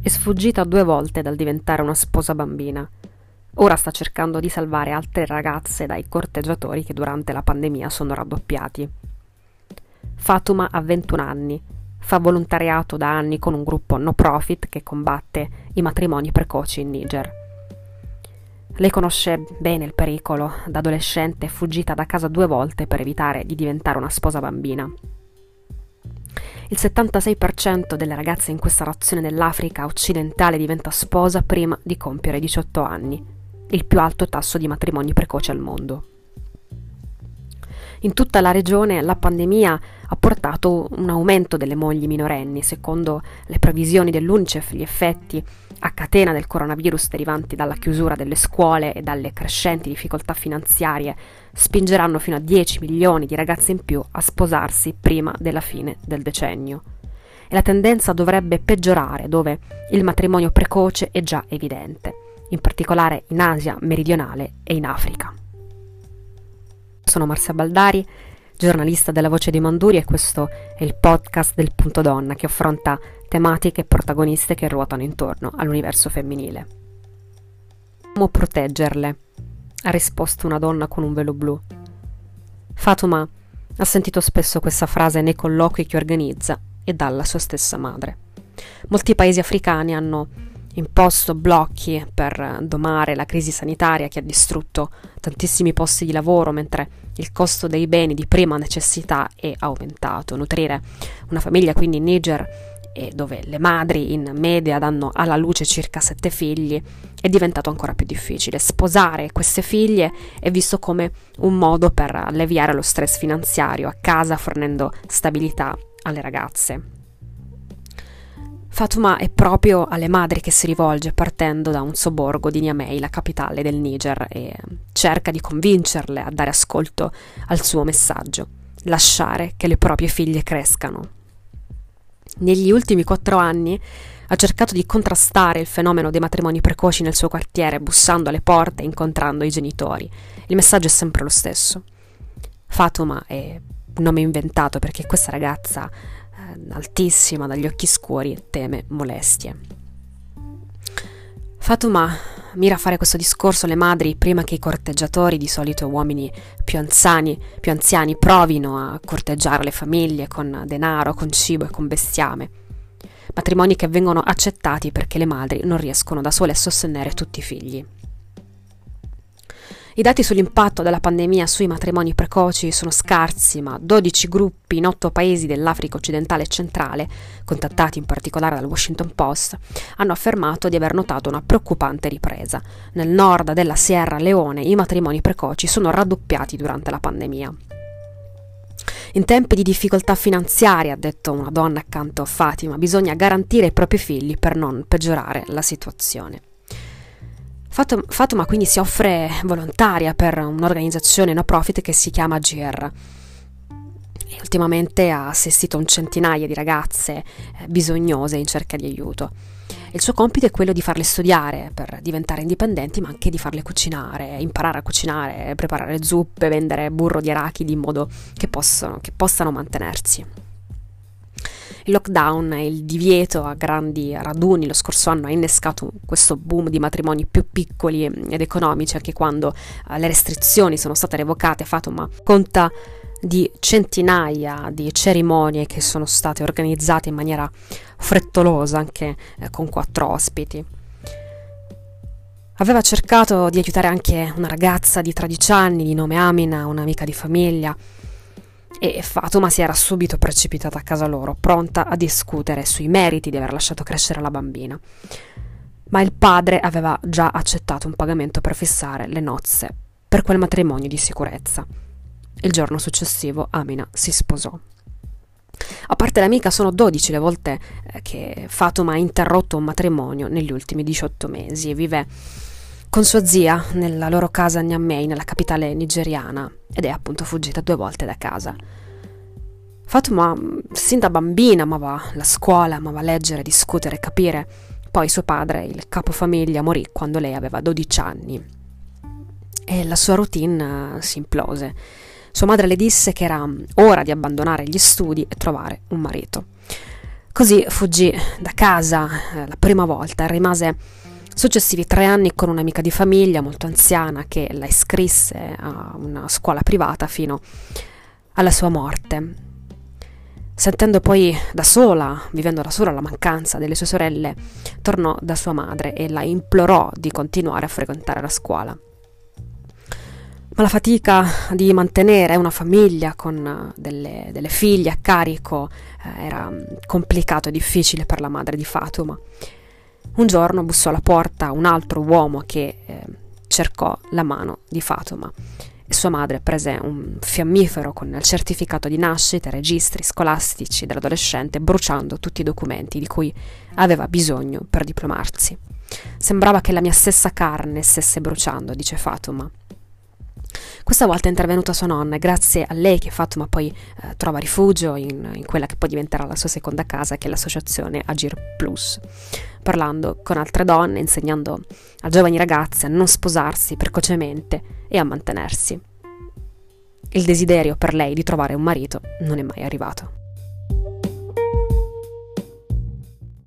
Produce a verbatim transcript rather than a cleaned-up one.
è sfuggita due volte dal diventare una sposa bambina. Ora sta cercando di salvare altre ragazze dai corteggiatori che durante la pandemia sono raddoppiati. Fatuma ha ventuno anni, fa volontariato da anni con un gruppo no profit che combatte i matrimoni precoci in Niger. Lei conosce bene il pericolo, da adolescente è fuggita da casa due volte per evitare di diventare una sposa bambina. Il settantasei per cento delle ragazze in questa nazione dell'Africa occidentale diventa sposa prima di compiere diciotto anni, il più alto tasso di matrimoni precoci al mondo. In tutta la regione la pandemia ha portato un aumento delle mogli minorenni. Secondo le previsioni dell'UNICEF, gli effetti a catena del coronavirus derivanti dalla chiusura delle scuole e dalle crescenti difficoltà finanziarie spingeranno fino a dieci milioni di ragazze in più a sposarsi prima della fine del decennio. E la tendenza dovrebbe peggiorare dove il matrimonio precoce è già evidente, in particolare in Asia meridionale e in Africa. Sono Marzia Baldari, giornalista della Voce di Manduri, e questo è il podcast del Punto Donna che affronta tematiche e protagoniste che ruotano intorno all'universo femminile. Come proteggerle? Ha risposto una donna con un velo blu. Fatuma ha sentito spesso questa frase nei colloqui che organizza e dalla sua stessa madre. Molti paesi africani hanno imposto blocchi per domare la crisi sanitaria che ha distrutto tantissimi posti di lavoro, mentre il costo dei beni di prima necessità è aumentato. Nutrire una famiglia quindi in Niger, e dove le madri in media danno alla luce circa sette figli, è diventato ancora più difficile. Sposare queste figlie è visto come un modo per alleviare lo stress finanziario a casa, fornendo stabilità alle ragazze. Fatuma è proprio alle madri che si rivolge partendo da un sobborgo di Niamey, la capitale del Niger, e cerca di convincerle a dare ascolto al suo messaggio: lasciare che le proprie figlie crescano. Negli ultimi quattro anni ha cercato di contrastare il fenomeno dei matrimoni precoci nel suo quartiere, bussando alle porte e incontrando i genitori. Il messaggio è sempre lo stesso. Fatuma è un nome inventato perché questa ragazza altissima, dagli occhi scuri, teme molestie. Fatuma mira a fare questo discorso alle madri prima che i corteggiatori, di solito uomini più anziani, più anziani, provino a corteggiare le famiglie con denaro, con cibo e con bestiame. Matrimoni che vengono accettati perché le madri non riescono da sole a sostenere tutti i figli. I dati sull'impatto della pandemia sui matrimoni precoci sono scarsi, ma dodici gruppi in otto paesi dell'Africa occidentale e centrale, contattati in particolare dal Washington Post, hanno affermato di aver notato una preoccupante ripresa. Nel nord della Sierra Leone i matrimoni precoci sono raddoppiati durante la pandemia. In tempi di difficoltà finanziaria, ha detto una donna accanto a Fatima, bisogna garantire i propri figli per non peggiorare la situazione. Fatuma quindi si offre volontaria per un'organizzazione no profit che si chiama G R e ultimamente ha assistito un centinaia di ragazze bisognose in cerca di aiuto. Il suo compito è quello di farle studiare per diventare indipendenti, ma anche di farle cucinare, imparare a cucinare, preparare zuppe, vendere burro di arachidi in modo che possano, che possano mantenersi. Il lockdown e il divieto a grandi raduni lo scorso anno ha innescato questo boom di matrimoni più piccoli ed economici. Anche quando eh, le restrizioni sono state revocate, Fatuma conta di centinaia di cerimonie che sono state organizzate in maniera frettolosa, anche eh, con quattro ospiti. Aveva cercato di aiutare anche una ragazza di tredici anni di nome Amina, un'amica di famiglia, e Fatuma si era subito precipitata a casa loro, pronta a discutere sui meriti di aver lasciato crescere la bambina. Ma il padre aveva già accettato un pagamento per fissare le nozze per quel matrimonio di sicurezza. Il giorno successivo Amina si sposò. A parte l'amica, sono dodici le volte che Fatuma ha interrotto un matrimonio negli ultimi diciotto mesi e vive con sua zia nella loro casa a Niamey, nella capitale nigeriana, ed è appunto fuggita due volte da casa. Fatuma sin da bambina amava la scuola, amava leggere, discutere, capire. Poi suo padre, il capofamiglia, morì quando lei aveva dodici anni e la sua routine si implose. Sua madre le disse che era ora di abbandonare gli studi e trovare un marito. Così fuggì da casa eh, la prima volta e rimase successivi tre anni con un'amica di famiglia molto anziana che la iscrisse a una scuola privata fino alla sua morte. Sentendo poi da sola, vivendo da sola la mancanza delle sue sorelle, tornò da sua madre e la implorò di continuare a frequentare la scuola. Ma la fatica di mantenere una famiglia con delle, delle figlie a carico eh, era complicato e difficile per la madre di Fatuma. Un giorno bussò alla porta un altro uomo che eh, cercò la mano di Fatuma e sua madre prese un fiammifero con il certificato di nascita e registri scolastici dell'adolescente, bruciando tutti i documenti di cui aveva bisogno per diplomarsi. Sembrava che la mia stessa carne stesse bruciando, dice Fatuma. Questa volta è intervenuta sua nonna e grazie a lei che Fatuma poi eh, trova rifugio in, in quella che poi diventerà la sua seconda casa, che è l'associazione Agir Plus, parlando con altre donne, insegnando a giovani ragazze a non sposarsi precocemente e a mantenersi. Il desiderio per lei di trovare un marito non è mai arrivato.